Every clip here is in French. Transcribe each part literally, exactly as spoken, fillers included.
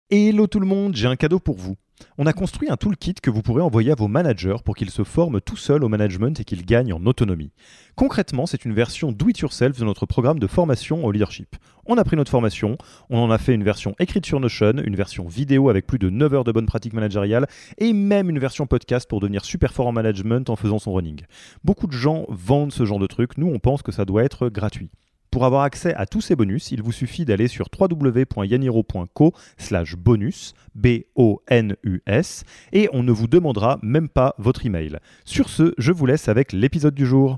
Hello tout le monde, j'ai un cadeau pour vous. On a construit un toolkit que vous pourrez envoyer à vos managers pour qu'ils se forment tout seuls au management et qu'ils gagnent en autonomie. Concrètement, c'est une version do-it-yourself de notre programme de formation au leadership. On a pris notre formation, on en a fait une version écrite sur Notion, une version vidéo avec plus de neuf heures de bonnes pratiques managériales et même une version podcast pour devenir super fort en management en faisant son running. Beaucoup de gens vendent ce genre de truc, nous on pense que ça doit être gratuit. Pour avoir accès à tous ces bonus, il vous suffit d'aller sur w w w point yaniro point co slash bonus, B O N U S, et on ne vous demandera même pas votre email. Sur ce, je vous laisse avec l'épisode du jour.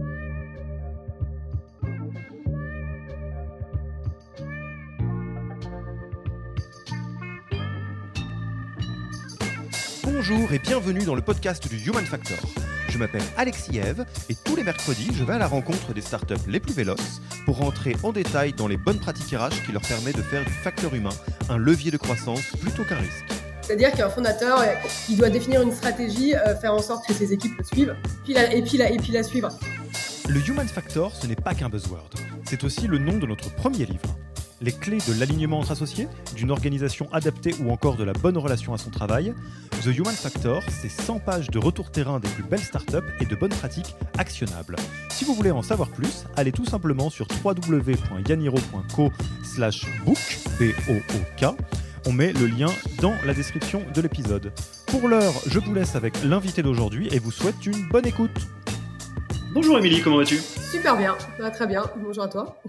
Bonjour et bienvenue dans le podcast du Human Factor. Je m'appelle Alexis Eve et tous les mercredis, je vais à la rencontre des startups les plus véloces pour rentrer en détail dans les bonnes pratiques R H qui leur permettent de faire du facteur humain un levier de croissance plutôt qu'un risque. C'est-à-dire qu'un fondateur, il doit définir une stratégie, euh, faire en sorte que ses équipes le suivent, puis la, et, puis la, et puis la suivre. Le Human Factor, ce n'est pas qu'un buzzword. C'est aussi le nom de notre premier livre. Les clés de l'alignement entre associés, d'une organisation adaptée ou encore de la bonne relation à son travail, The Human Factor, c'est cent pages de retour terrain des plus belles startups et de bonnes pratiques actionnables. Si vous voulez en savoir plus, allez tout simplement sur w w w point yaniro point co slash book, B O O K. On met le lien dans la description de l'épisode. Pour l'heure, je vous laisse avec l'invité d'aujourd'hui et vous souhaite une bonne écoute. Bonjour Émilie, comment vas-tu ? Super bien, ça va très bien. Bonjour à toi.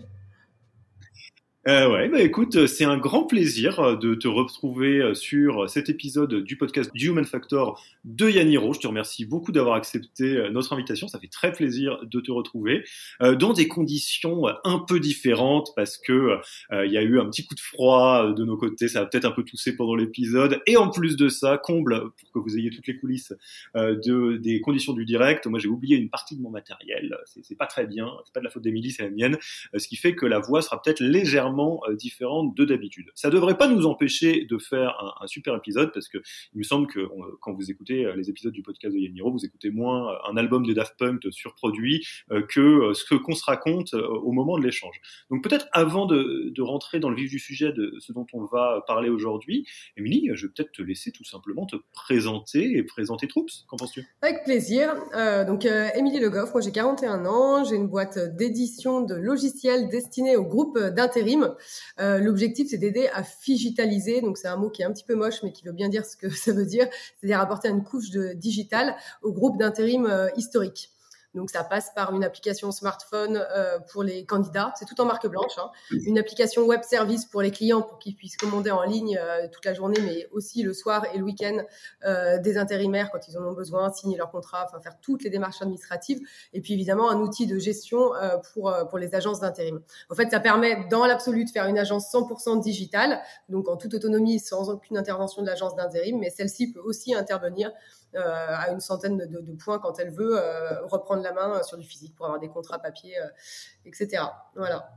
Euh, ouais, bah écoute, c'est un grand plaisir de te retrouver sur cet épisode du podcast du Human Factor de Yaniro. Je te remercie beaucoup d'avoir accepté notre invitation. Ça fait très plaisir de te retrouver euh, dans des conditions un peu différentes parce que euh, il y a eu un petit coup de froid de nos côtés. Ça a peut-être un peu toussé pendant l'épisode. Et en plus de ça, comble pour que vous ayez toutes les coulisses euh, de des conditions du direct. Moi, j'ai oublié une partie de mon matériel. C'est, c'est pas très bien. C'est pas de la faute d'Émilie, c'est la mienne. Euh, ce qui fait que la voix sera peut-être légèrement différente de d'habitude. Ça devrait pas nous empêcher de faire un, un super épisode parce que il me semble que on, quand vous écoutez les épisodes du podcast de Yaniro, vous écoutez moins un album de Daft Punk surproduit euh, que ce que qu'on se raconte euh, au moment de l'échange. Donc peut-être avant de, de rentrer dans le vif du sujet de ce dont on va parler aujourd'hui, Émilie, je vais peut-être te laisser tout simplement te présenter et présenter Troops. Qu'en penses-tu ? Avec plaisir. Euh, donc euh, Émilie Le Goff, moi j'ai quarante et un ans, j'ai une boîte d'édition de logiciels destinée au groupe d'intérim. Euh, l'objectif, c'est d'aider à figitaliser. Donc, c'est un mot qui est un petit peu moche, mais qui veut bien dire ce que ça veut dire. C'est-à-dire apporter une couche de digital au groupe d'intérim euh, historique. Donc, ça passe par une application smartphone euh, pour les candidats. C'est tout en marque blanche. Hein. Une application web service pour les clients pour qu'ils puissent commander en ligne euh, toute la journée, mais aussi le soir et le week-end euh, des intérimaires quand ils en ont besoin, signer leur contrat, enfin faire toutes les démarches administratives. Et puis, évidemment, un outil de gestion euh, pour, euh, pour les agences d'intérim. En fait, ça permet dans l'absolu de faire une agence cent pour cent digitale, donc en toute autonomie, sans aucune intervention de l'agence d'intérim, mais celle-ci peut aussi intervenir Euh, à une centaine de, de, de points quand elle veut euh, reprendre la main sur du physique pour avoir des contrats papier, euh, et cetera. Voilà.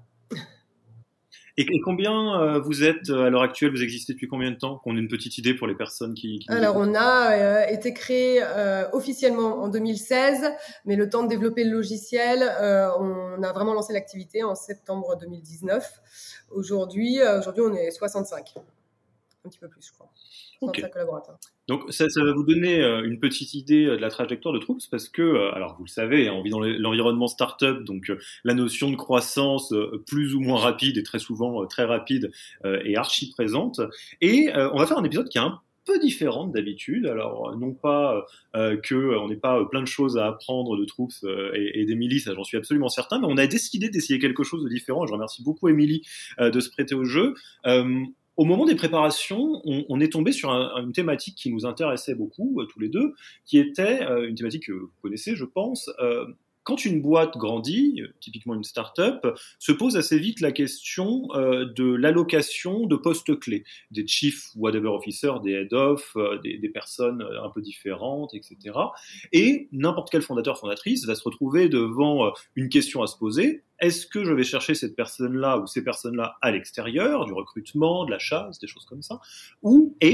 Et, et combien euh, vous êtes à l'heure actuelle ? Vous existez depuis combien de temps ? Qu'on ait une petite idée pour les personnes qui... qui Alors, on a euh, été créé euh, officiellement en deux mille seize, mais le temps de développer le logiciel, euh, on a vraiment lancé l'activité en septembre deux mille dix-neuf. Aujourd'hui, euh, aujourd'hui on est soixante-cinq. Un petit peu plus, je crois. soixante-cinq okay. Collaborateurs. Donc ça, ça va vous donner euh, une petite idée de la trajectoire de Troops parce que, euh, alors vous le savez, on vit dans l'environnement startup, donc euh, la notion de croissance euh, plus ou moins rapide et très souvent euh, très rapide euh, est archi présente. Et euh, on va faire un épisode qui est un peu différent d'habitude. Alors non pas euh, que on n'ait pas plein de choses à apprendre de Troops euh, et, et d'Émilie, ça j'en suis absolument certain, mais on a décidé d'essayer quelque chose de différent. Je remercie beaucoup Émilie euh, de se prêter au jeu. Euh, Au moment des préparations, on, on est tombé sur un, une thématique qui nous intéressait beaucoup, euh, tous les deux, qui était euh, une thématique que vous connaissez, je pense. Euh, quand une boîte grandit, euh, typiquement une start-up, se pose assez vite la question euh, de l'allocation de postes clés, des chief whatever officers, des head of, euh, des, des personnes un peu différentes, et cetera. Et n'importe quel fondateur, fondatrice va se retrouver devant euh, une question à se poser. Est-ce que je vais chercher cette personne-là ou ces personnes-là à l'extérieur, du recrutement, de la chasse, des choses comme ça, ou et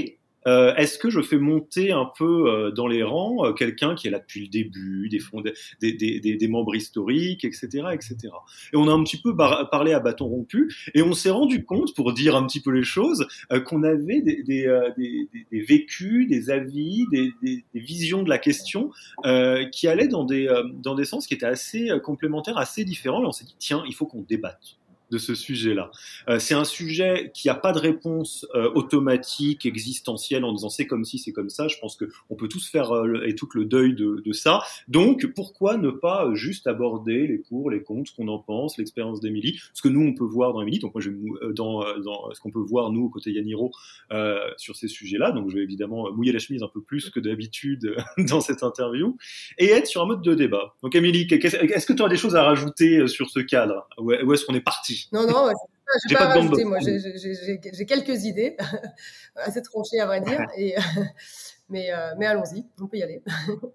euh, est-ce que je fais monter un peu euh, dans les rangs euh, quelqu'un qui est là depuis le début, des, fonds, des, des, des, des membres historiques, et cetera, et cetera. Et on a un petit peu bar- parlé à bâton rompu, et on s'est rendu compte, pour dire un petit peu les choses, euh, qu'on avait des, des, euh, des, des, des vécus, des avis, des, des, des visions de la question euh, qui allaient dans des, euh, dans des sens qui étaient assez euh, complémentaires, assez différents, et on s'est dit, tiens, il faut qu'on débatte de ce sujet-là. Euh, c'est un sujet qui n'a pas de réponse euh, automatique, existentielle, en disant c'est comme si, c'est comme ça. Je pense qu'on peut tous faire euh, et tout le deuil de, de ça. Donc, pourquoi ne pas juste aborder les pour, les contre, ce qu'on en pense, l'expérience d'Émilie, ce que nous, on peut voir dans Émilie. Donc, moi, je vais dans, dans ce qu'on peut voir, nous, côté Yaniro, euh, sur ces sujets-là. Donc, je vais évidemment mouiller la chemise un peu plus que d'habitude dans cette interview et être sur un mode de débat. Donc, Émilie, est-ce que tu as des choses à rajouter sur ce cadre? Où est-ce qu'on est parti? Non, non, je n'ai pas, pas rajouté. Moi, j'ai, j'ai, j'ai, j'ai quelques idées, assez tranchées à vrai dire. Et, mais, euh, mais allons-y, on peut y aller.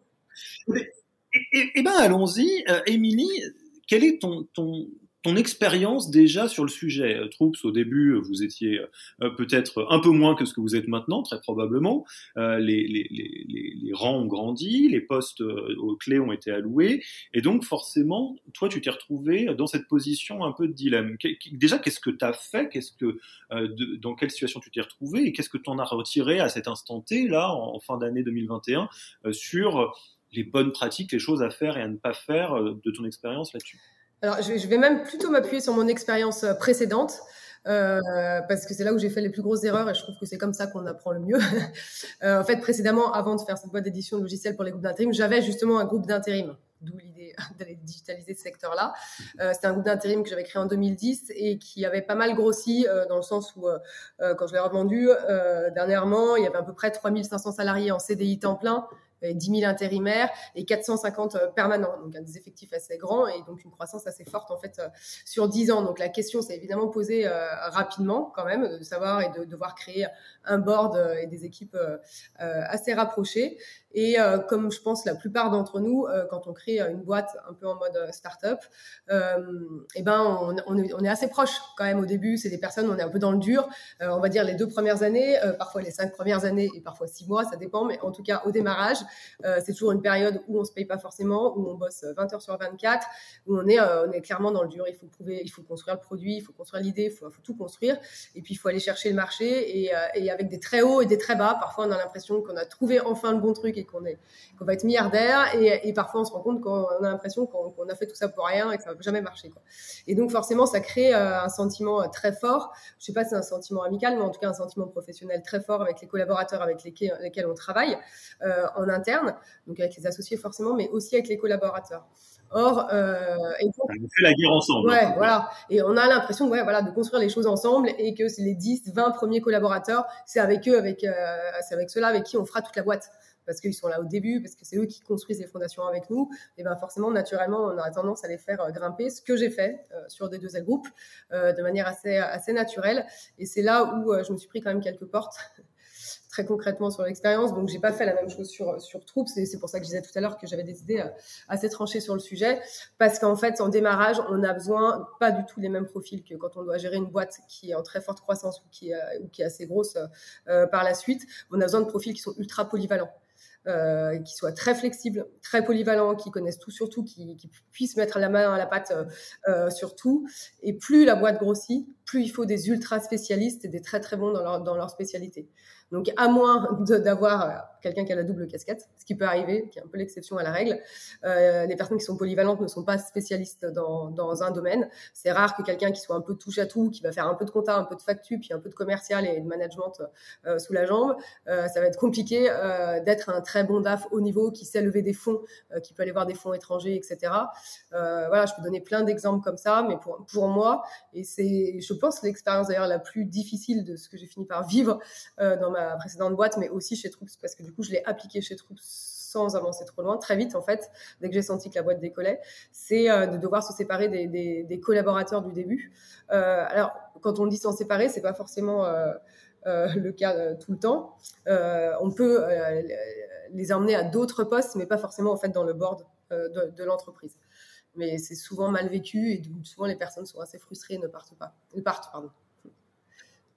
et, et, et ben allons-y. Euh, Émilie, quel est ton, ton, ton expérience déjà sur le sujet? Troops, au début, vous étiez euh, peut-être un peu moins que ce que vous êtes maintenant, très probablement. Euh, les, les, les, les rangs ont grandi, les postes euh, aux clés ont été alloués, et donc forcément, toi, tu t'es retrouvé dans cette position un peu de dilemme. Déjà, qu'est-ce que tu as fait? Qu'est-ce que, euh, de, dans quelle situation tu t'es retrouvé? Et qu'est-ce que tu en as retiré à cet instant T, là, en, en fin d'année deux mille vingt et un, euh, sur les bonnes pratiques, les choses à faire et à ne pas faire euh, de ton expérience là-dessus? Alors, je vais, je vais même plutôt m'appuyer sur mon expérience précédente, euh, parce que c'est là où j'ai fait les plus grosses erreurs et je trouve que c'est comme ça qu'on apprend le mieux. euh, en fait, précédemment, avant de faire cette boîte d'édition de logiciels pour les groupes d'intérim, j'avais justement un groupe d'intérim, d'où l'idée d'aller digitaliser ce secteur-là. Euh, c'était un groupe d'intérim que j'avais créé en deux mille dix et qui avait pas mal grossi euh, dans le sens où, euh, quand je l'ai revendu euh, dernièrement, il y avait à peu près trois mille cinq cents salariés en C D I temps plein, dix mille intérimaires et quatre cent cinquante permanents, donc des effectifs assez grands et donc une croissance assez forte en fait sur dix ans. Donc la question s'est évidemment posée euh, rapidement quand même, de savoir et de devoir créer un board et des équipes euh, assez rapprochées. Et euh, comme je pense la plupart d'entre nous, euh, quand on crée une boîte un peu en mode start-up, euh, et ben on, on, est, on est assez proche quand même au début. C'est des personnes, on est un peu dans le dur. Euh, on va dire les deux premières années, euh, parfois les cinq premières années et parfois six mois, ça dépend. Mais en tout cas, au démarrage, euh, c'est toujours une période où on se paye pas forcément, où on bosse vingt heures sur vingt-quatre, où on est, euh, on est clairement dans le dur. Il faut prouver, il faut construire le produit, il faut construire l'idée, il faut, faut tout construire. Et puis il faut aller chercher le marché et, euh, et avec des très hauts et des très bas. Parfois, on a l'impression qu'on a trouvé enfin le bon truc et qu'on est, qu'on va être milliardaire. Et, et parfois, on se rend compte qu'on a l'impression qu'on, qu'on a fait tout ça pour rien et que ça va jamais marcher, quoi. Et donc, forcément, ça crée euh, un sentiment très fort. Je sais pas si c'est un sentiment amical, mais en tout cas, un sentiment professionnel très fort avec les collaborateurs avec lesquels, lesquels on travaille euh, en interne, donc avec les associés forcément, mais aussi avec les collaborateurs. Or, euh, et donc, on fait la guerre ensemble. Ouais, hein, voilà. Et on a l'impression, ouais, voilà, de construire les choses ensemble et que c'est les dix, vingt premiers collaborateurs, c'est avec eux, avec, euh, c'est avec ceux-là avec qui on fera toute la boîte. Parce qu'ils sont là au début, parce que c'est eux qui construisent les fondations avec nous. Et ben forcément, naturellement, on a tendance à les faire grimper, ce que j'ai fait euh, sur des deux L Group, euh, de manière assez, assez naturelle. Et c'est là où euh, je me suis pris quand même quelques portes. Très concrètement sur l'expérience, donc j'ai pas fait la même chose sur sur Troops, et c'est pour ça que je disais tout à l'heure que j'avais des idées assez tranchées sur le sujet, parce qu'en fait en démarrage on a besoin pas du tout les mêmes profils que quand on doit gérer une boîte qui est en très forte croissance ou qui, ou qui est assez grosse euh, par la suite. On a besoin de profils qui sont ultra polyvalents. Euh, qui soient très flexibles, très polyvalents, qui connaissent tout sur tout, qui, qui puissent mettre la main à la pâte euh, sur tout. Et plus la boîte grossit, plus il faut des ultra spécialistes et des très très bons dans leur, dans leur spécialité. Donc, à moins de, d'avoir quelqu'un qui a la double casquette, ce qui peut arriver, qui est un peu l'exception à la règle, euh, les personnes qui sont polyvalentes ne sont pas spécialistes dans, dans un domaine. C'est rare que quelqu'un qui soit un peu touche à tout, qui va faire un peu de compta, un peu de factu, puis un peu de commercial et de management euh, sous la jambe. Euh, ça va être compliqué euh, d'être un très bon D A F haut niveau qui sait lever des fonds, euh, qui peut aller voir des fonds étrangers, et cetera. Euh, voilà, je peux donner plein d'exemples comme ça, mais pour, pour moi, et c'est, je pense, l'expérience d'ailleurs la plus difficile de ce que j'ai fini par vivre euh, dans ma précédente boîte, mais aussi chez Troops, parce que du coup, je l'ai appliqué chez Troops sans avancer trop loin, très vite en fait, dès que j'ai senti que la boîte décollait, c'est euh, de devoir se séparer des, des, des collaborateurs du début. Euh, alors, quand on dit s'en séparer, c'est pas forcément euh, euh, le cas euh, tout le temps. Euh, on peut euh, les emmener à d'autres postes, mais pas forcément en fait dans le board euh, de, de l'entreprise. Mais c'est souvent mal vécu et souvent les personnes sont assez frustrées et ne partent pas. Ne partent, pardon.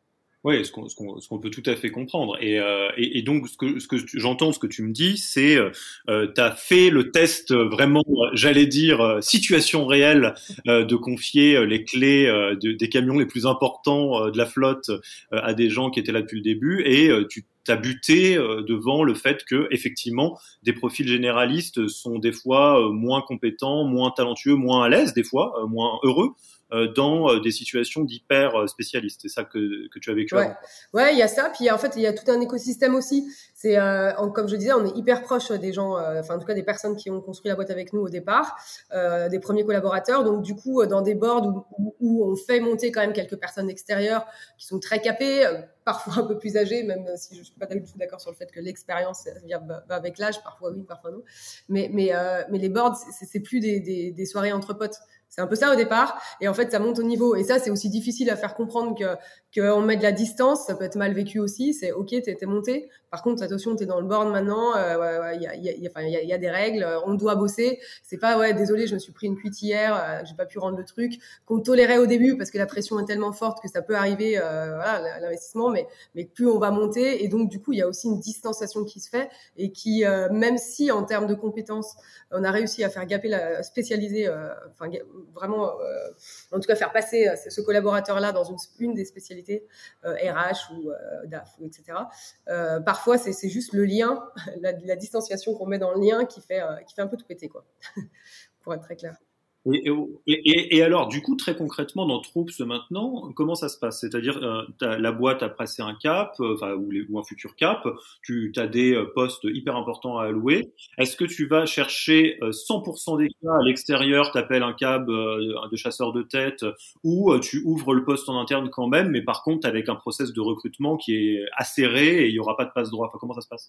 Oui, ce qu'on, ce qu'on, ce qu'on peut tout à fait comprendre. Et, euh, et, et donc, ce que, ce que j'entends, ce que tu me dis, c'est, euh, tu as fait le test vraiment, j'allais dire, euh, situation réelle, euh, de confier les clés euh, de, des camions les plus importants euh, de la flotte euh, à des gens qui étaient là depuis le début, et euh, tu t'as buté euh, devant le fait que, effectivement, des profils généralistes sont des fois euh, moins compétents, moins talentueux, moins à l'aise, des fois, euh, moins heureux euh, dans euh, des situations d'hyper euh, spécialistes. C'est ça que, que tu as vécu Ouais, avant. ouais, il y a ça. Puis en fait, il y a tout un écosystème aussi. C'est euh, en- comme je disais, on est hyper proche des gens, euh, enfin en tout cas des personnes qui ont construit la boîte avec nous au départ, euh, des premiers collaborateurs. Donc du coup, dans des boards où, où, où on fait monter quand même quelques personnes extérieures qui sont très capées, euh, parfois un peu plus âgées, même si je suis pas du tout d'accord sur le fait que l'expérience vient va avec l'âge. Parfois oui, parfois non. Mais mais euh, mais les boards, c'est, c'est plus des, des, des soirées entre potes. C'est un peu ça au départ, et en fait ça monte au niveau. Et ça, c'est aussi difficile à faire comprendre que qu'on met de la distance. Ça peut être mal vécu aussi. C'est ok, t'es, t'es monté. Par contre, attention, t'es dans le board maintenant. Il euh, ouais, ouais, y, a, y, a, enfin, y, a, y a des règles. On doit bosser. C'est pas ouais, désolé, je me suis pris une cuite hier, euh, j'ai pas pu rendre le truc. Qu'on tolérait au début parce que la pression est tellement forte que ça peut arriver. Euh, voilà, l'investissement, mais mais plus on va monter, et donc du coup, il y a aussi une distanciation qui se fait, et qui, euh, même si en termes de compétences, on a réussi à faire gaper la spécialiser, euh, enfin vraiment, euh, en tout cas faire passer euh, ce collaborateur-là dans une, une des spécialités euh, R H ou euh, D A F, et cetera. Euh, parfois, c'est, c'est juste le lien, la, la distanciation qu'on met dans le lien qui fait, euh, qui fait un peu tout péter, quoi, pour être très clair. Et, et, et alors, du coup, très concrètement, dans Troops maintenant, comment ça se passe? C'est-à-dire, euh, la boîte a passé un cap, euh, enfin, ou, les, ou un futur cap, tu as des postes hyper importants à allouer. Est-ce que tu vas chercher euh, cent pour cent des cas à l'extérieur, t'appelles un cab euh, de chasseur de tête, ou euh, tu ouvres le poste en interne quand même, mais par contre, avec un process de recrutement qui est acéré et il n'y aura pas de passe-droit? Enfin, comment ça se passe?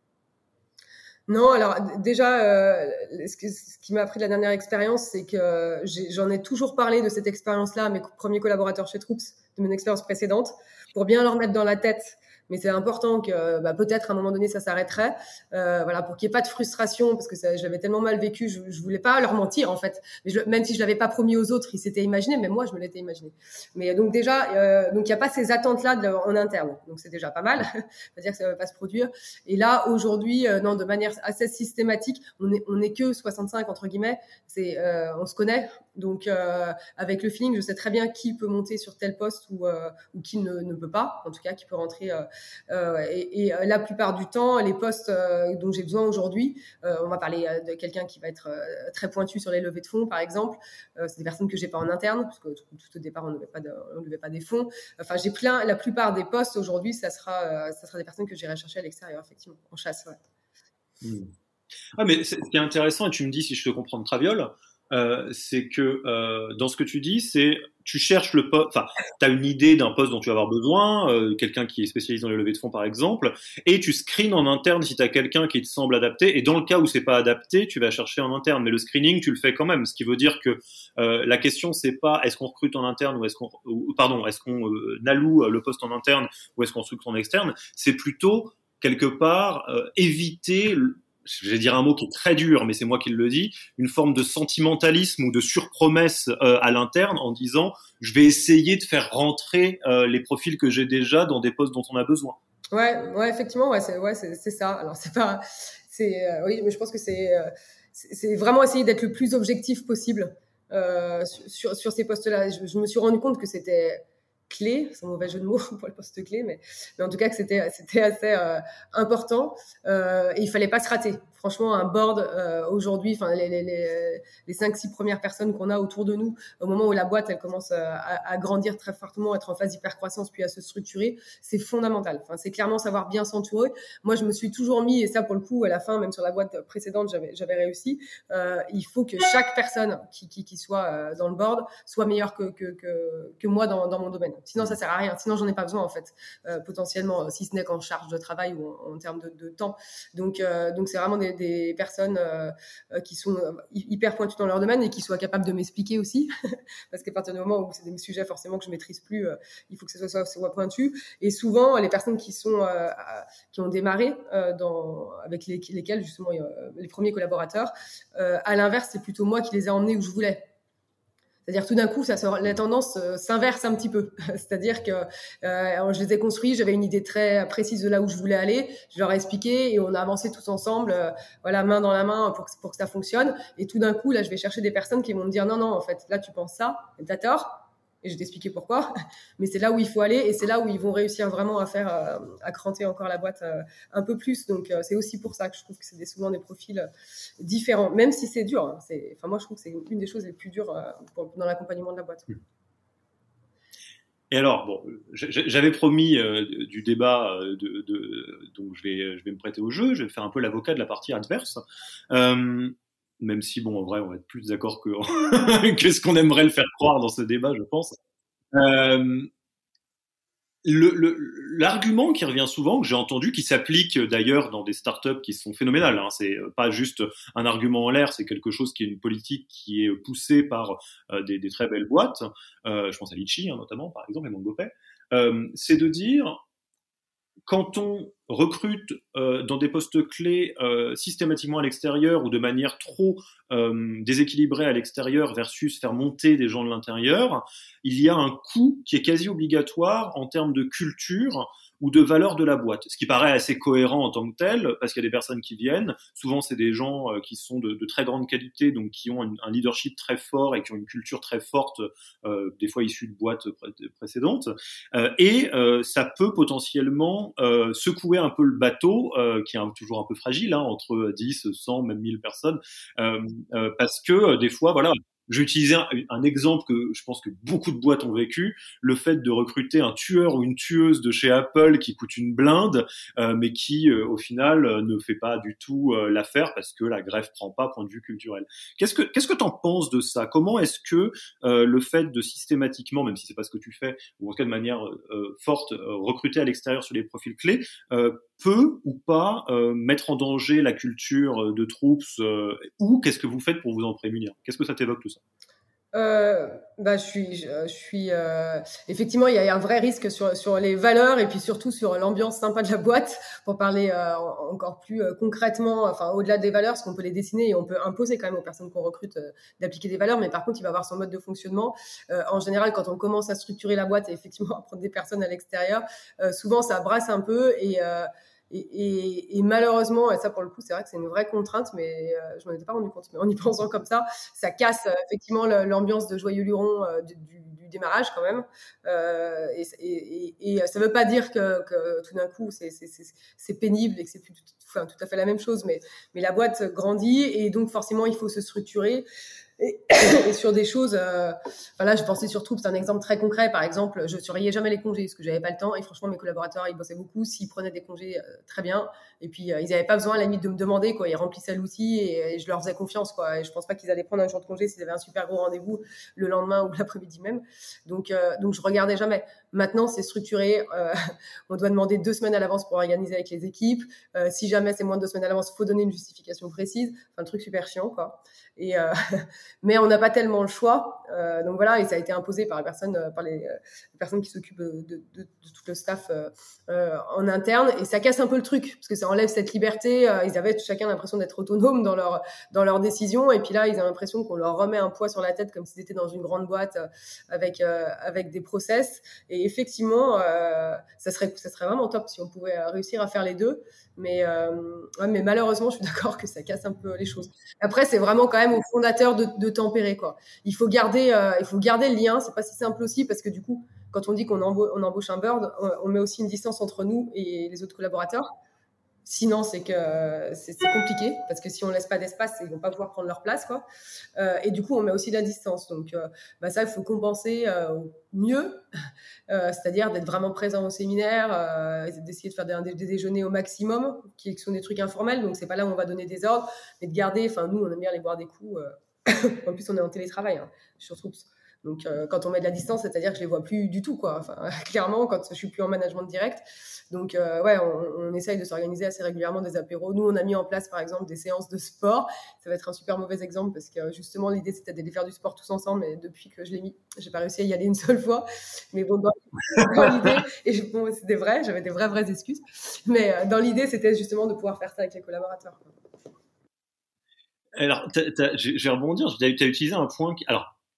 Non, alors déjà, euh, ce, que, ce qui m'a appris de la dernière expérience, c'est que j'ai, j'en ai toujours parlé de cette expérience-là à mes premiers collaborateurs chez Troops, de mon expérience précédente, pour bien leur mettre dans la tête. Mais c'est important que bah, peut-être à un moment donné ça s'arrêterait, euh, voilà, pour qu'il n'y ait pas de frustration, parce que ça, je l'avais tellement mal vécu, je, je voulais pas leur mentir en fait. Mais je, même si je l'avais pas promis aux autres, ils s'étaient imaginés, mais moi je me l'étais imaginé. Mais donc déjà, euh, donc il y a pas ces attentes-là de, en interne, donc c'est déjà pas mal. C'est-à-dire que ça va pas se produire. Et là aujourd'hui, euh, non, de manière assez systématique, on est on est que soixante-cinq entre guillemets. C'est euh, on se connaît, donc euh, avec le feeling, je sais très bien qui peut monter sur tel poste ou euh, ou qui ne, ne peut pas, en tout cas qui peut rentrer. Euh, Euh, et, et la plupart du temps, les postes euh, dont j'ai besoin aujourd'hui, euh, on va parler de quelqu'un qui va être euh, très pointu sur les levées de fonds, par exemple. Euh, c'est des personnes que j'ai pas en interne, parce que tout, tout au départ, on ne levait pas, de, on levait pas des fonds. Enfin, j'ai plein. La plupart des postes aujourd'hui, ça sera, euh, ça sera des personnes que j'irai chercher à l'extérieur, effectivement, en chasse. Ouais. Mmh. Ah, mais ce qui est intéressant, et tu me dis si je te comprends de Traviole, euh, c'est que euh, dans ce que tu dis, c'est tu cherches le poste, enfin, tu as une idée d'un poste dont tu vas avoir besoin, euh, quelqu'un qui est spécialisé dans les levées de fonds par exemple, et tu screens en interne si tu as quelqu'un qui te semble adapté, et dans le cas où c'est pas adapté, tu vas chercher en interne, mais le screening tu le fais quand même, ce qui veut dire que euh, la question c'est pas est-ce qu'on recrute en interne ou est-ce qu'on ou, pardon, est-ce qu'on euh, alloue le poste en interne ou est-ce qu'on recrute en externe, c'est plutôt quelque part euh, éviter le, je vais dire un mot qui est très dur, mais c'est moi qui le dis, une forme de sentimentalisme ou de surpromesse euh, à l'interne en disant je vais essayer de faire rentrer euh, les profils que j'ai déjà dans des postes dont on a besoin. Ouais, ouais, effectivement, ouais, c'est, ouais, c'est, c'est ça. Alors c'est pas, c'est, euh, oui, mais je pense que c'est, euh, c'est, c'est vraiment essayer d'être le plus objectif possible euh, sur sur ces postes-là. Je, je me suis rendu compte que c'était clé, c'est un mauvais jeu de mots pour le poste clé, mais, mais en tout cas que c'était, c'était assez euh, important euh, et il fallait pas se rater. Franchement, un board euh, aujourd'hui, enfin les, les, les, les cinq six premières personnes qu'on a autour de nous, au moment où la boîte elle commence à, à grandir très fortement, être en phase d'hypercroissance puis à se structurer, c'est fondamental. Enfin, c'est clairement savoir bien s'entourer. Moi, je me suis toujours mis, et ça pour le coup, à la fin, même sur la boîte précédente, j'avais, j'avais réussi. Euh, il faut que chaque personne qui, qui, qui soit euh, dans le board soit meilleure que, que, que, que moi dans, dans mon domaine. Sinon, ça sert à rien. Sinon, j'en ai pas besoin en fait, euh, potentiellement, si ce n'est qu'en charge de travail ou en, en termes de, de temps. Donc, euh, donc c'est vraiment des, des personnes euh, qui sont hyper pointues dans leur domaine et qui soient capables de m'expliquer aussi, parce qu'à partir du moment où c'est des sujets forcément que je maîtrise plus, euh, il faut que ce soit, soit, soit pointu. Et souvent, les personnes qui sont euh, qui ont démarré euh, dans avec les, lesquelles justement euh, les premiers collaborateurs, euh, à l'inverse, c'est plutôt moi qui les ai emmenés où je voulais. C'est-à-dire tout d'un coup, ça sort, la tendance euh, s'inverse un petit peu. C'est-à-dire que euh, je les ai construits, j'avais une idée très précise de là où je voulais aller, je leur ai expliqué et on a avancé tous ensemble, euh, voilà, main dans la main pour que, pour que ça fonctionne. Et tout d'un coup, là, je vais chercher des personnes qui vont me dire non, non, en fait, là, tu penses ça, t'as tort. Et je vais t'expliquer pourquoi. Mais c'est là où il faut aller et c'est là où ils vont réussir vraiment à faire, euh, à cranter encore la boîte euh, un peu plus. Donc, euh, c'est aussi pour ça que je trouve que c'est des, souvent des profils euh, différents, même si c'est dur. Hein. C'est, enfin, moi, je trouve que c'est une des choses les plus dures euh, pour, dans l'accompagnement de la boîte. Et alors, bon, j'avais promis euh, du débat, euh, de, de, donc je vais, je vais me prêter au jeu, je vais faire un peu l'avocat de la partie adverse. Euh, même si, bon, en vrai, on va être plus d'accord que, que ce qu'on aimerait le faire croire dans ce débat, je pense. Euh, le, le, l'argument qui revient souvent, que j'ai entendu, qui s'applique d'ailleurs dans des startups qui sont phénoménales, hein, c'est pas juste un argument en l'air, c'est quelque chose qui est une politique qui est poussée par euh, des, des très belles boîtes, euh, je pense à Litchi hein, notamment, par exemple, et MangoPay, euh, c'est de dire, quand on recrute euh, dans des postes clés euh, systématiquement à l'extérieur ou de manière trop euh, déséquilibrée à l'extérieur versus faire monter des gens de l'intérieur, il y a un coût qui est quasi obligatoire en termes de culture ou de valeur de la boîte, ce qui paraît assez cohérent en tant que tel, parce qu'il y a des personnes qui viennent, souvent c'est des gens euh, qui sont de, de très grande qualité, donc qui ont un, un leadership très fort et qui ont une culture très forte, euh, des fois issue de boîtes pré- précédentes, euh, et euh, ça peut potentiellement euh, secouer un peu le bateau, euh, qui est un, toujours un peu fragile, hein, entre dix, cent, même mille personnes, euh, euh, parce que euh, des fois, voilà, je vais utiliser un, un exemple que je pense que beaucoup de boîtes ont vécu, le fait de recruter un tueur ou une tueuse de chez Apple qui coûte une blinde, euh, mais qui, euh, au final, euh, ne fait pas du tout euh, l'affaire parce que la greffe prend pas point de vue culturel. Qu'est-ce que qu'est-ce que t'en penses de ça? Comment est-ce que euh, le fait de systématiquement, même si c'est pas ce que tu fais, ou en tout cas de manière euh, forte, euh, recruter à l'extérieur sur les profils clés, euh, peut ou pas euh, mettre en danger la culture de Troops, euh, ou qu'est-ce que vous faites pour vous en prémunir? Qu'est-ce que ça t'évoque tout ça? Euh, bah, je suis, je, je suis. Euh, effectivement, il y a un vrai risque sur sur les valeurs et puis surtout sur l'ambiance sympa de la boîte. Pour parler euh, encore plus euh, concrètement, enfin au-delà des valeurs, parce qu'on peut les dessiner et on peut imposer quand même aux personnes qu'on recrute euh, d'appliquer des valeurs. Mais par contre, il va avoir son mode de fonctionnement. Euh, en général, quand on commence à structurer la boîte et effectivement à prendre des personnes à l'extérieur, euh, souvent ça brasse un peu et euh, Et, et, et malheureusement, et ça pour le coup, c'est vrai que c'est une vraie contrainte, mais euh, je m'en étais pas rendu compte. Mais en y pensant comme ça, ça casse euh, effectivement l'ambiance de joyeux luron euh, du, du, du démarrage quand même. Euh, et, et, et ça veut pas dire que, que tout d'un coup c'est, c'est, c'est, c'est pénible et que c'est plus tout, enfin, tout à fait la même chose, mais, mais la boîte grandit et donc forcément il faut se structurer. Et, et sur des choses, euh, enfin là, je pensais sur Troops, c'est un exemple très concret. Par exemple, je surveillais jamais les congés parce que j'avais pas le temps. Et franchement, mes collaborateurs, ils bossaient beaucoup. S'ils prenaient des congés, euh, très bien. Et puis, euh, ils n'avaient pas besoin, à la limite, de me demander, quoi. Ils remplissaient l'outil et, et je leur faisais confiance, quoi. Et je pense pas qu'ils allaient prendre un jour de congé s'ils avaient un super gros rendez-vous le lendemain ou l'après-midi même. Donc, euh, donc je regardais jamais. Maintenant, c'est structuré. Euh, on doit demander deux semaines à l'avance pour organiser avec les équipes. Euh, si jamais c'est moins de deux semaines à l'avance, faut donner une justification précise. Enfin, un truc super chiant, quoi. Et euh, mais on n'a pas tellement le choix. Euh, donc voilà, et ça a été imposé par les personnes, euh, par les, euh, les personnes qui s'occupent de, de, de, de tout le staff euh, euh, en interne. Et ça casse un peu le truc parce que ça enlève cette liberté. Euh, ils avaient chacun l'impression d'être autonomes dans leur dans leurs décisions. Et puis là, ils ont l'impression qu'on leur remet un poids sur la tête comme s'ils étaient dans une grande boîte euh, avec euh, avec des process. Et effectivement, euh, ça serait ça serait vraiment top si on pouvait réussir à faire les deux. Mais euh, ouais, mais malheureusement, je suis d'accord que ça casse un peu les choses. Après, c'est vraiment quand même au fondateur de, de tempérer, quoi. Il faut garder, euh, il faut garder le lien. C'est pas si simple aussi parce que du coup, quand on dit qu'on embauche, on embauche un bird, on, on met aussi une distance entre nous et les autres collaborateurs. Sinon, c'est que c'est, c'est compliqué parce que si on laisse pas d'espace, ils vont pas pouvoir prendre leur place, quoi. Euh, et du coup, on met aussi de la distance. Donc, euh, bah ça, il faut compenser euh, au mieux, euh, c'est-à-dire d'être vraiment présent au séminaire, euh, d'essayer de faire des, des déjeuners au maximum, qui sont des trucs informels. Donc, c'est pas là où on va donner des ordres, mais de garder. Enfin, nous, on aime bien aller boire des coups. Euh... en plus, on est en télétravail hein, sur Troops. Donc, euh, quand on met de la distance, c'est-à-dire que je les vois plus du tout, quoi. Enfin, clairement, quand je suis plus en management direct. Donc, euh, ouais, on, on essaye de s'organiser assez régulièrement des apéros. Nous, on a mis en place, par exemple, des séances de sport. Ça va être un super mauvais exemple parce que justement, l'idée, c'était d'aller faire du sport tous ensemble. Mais depuis que je l'ai mis, j'ai pas réussi à y aller une seule fois. Mais bon, dans, dans l'idée, et je, bon, c'était vrai, j'avais des vraies, vraies excuses. Mais euh, dans l'idée, c'était justement de pouvoir faire ça avec les collaborateurs. Alors, t'as, t'as, je vais rebondir. Tu as utilisé un point qui, alors,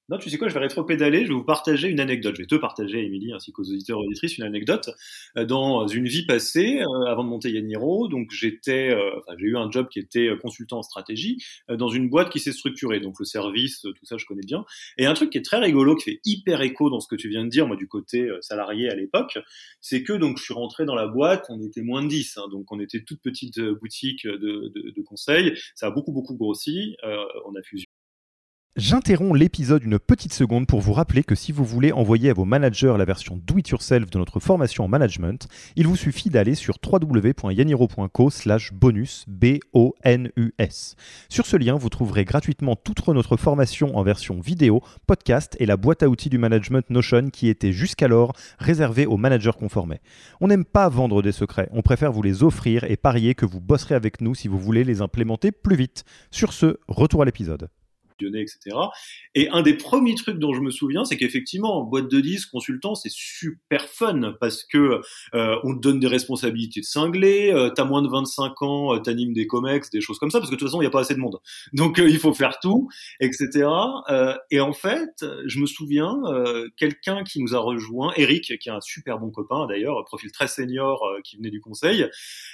Non, tu sais quoi, je vais rétro-pédaler, je vais vous partager une anecdote. Je vais te partager, Émilie, ainsi qu'aux auditeurs et auditrices, une anecdote. Euh, Dans une vie passée, euh, avant de monter Yaniro, donc j'étais, euh, enfin, j'ai eu un job qui était euh, consultant en stratégie euh, dans une boîte qui s'est structurée. Donc le service, euh, tout ça, je connais bien. Et un truc qui est très rigolo, qui fait hyper écho dans ce que tu viens de dire, moi, du côté euh, salarié à l'époque, c'est que donc je suis rentré dans la boîte, on était moins de dix, hein, donc on était toute petite euh, boutique de, de, de conseil. Ça a beaucoup, beaucoup grossi. Euh, on a fusionné. J'interromps l'épisode une petite seconde pour vous rappeler que si vous voulez envoyer à vos managers la version do-it-yourself de notre formation en management, il vous suffit d'aller sur w w w point yaniro point co slash bonus, B O N U S. Sur ce lien, vous trouverez gratuitement toute notre formation en version vidéo, podcast et la boîte à outils du management Notion qui était jusqu'alors réservée aux managers qu'on formait. On n'aime pas vendre des secrets, on préfère vous les offrir et parier que vous bosserez avec nous si vous voulez les implémenter plus vite. Sur ce, retour à l'épisode. et cetera. Et un des premiers trucs dont je me souviens, c'est qu'effectivement, en boîte de dix, consultant, c'est super fun parce que euh, on te donne des responsabilités cinglées, euh, t'as moins de vingt-cinq ans, euh, t'animes des comex, des choses comme ça, parce que de toute façon, il n'y a pas assez de monde. Donc, euh, il faut faire tout, et cetera. Euh, et en fait, je me souviens, euh, quelqu'un qui nous a rejoint, Eric, qui est un super bon copain d'ailleurs, profil très senior, euh, qui venait du conseil,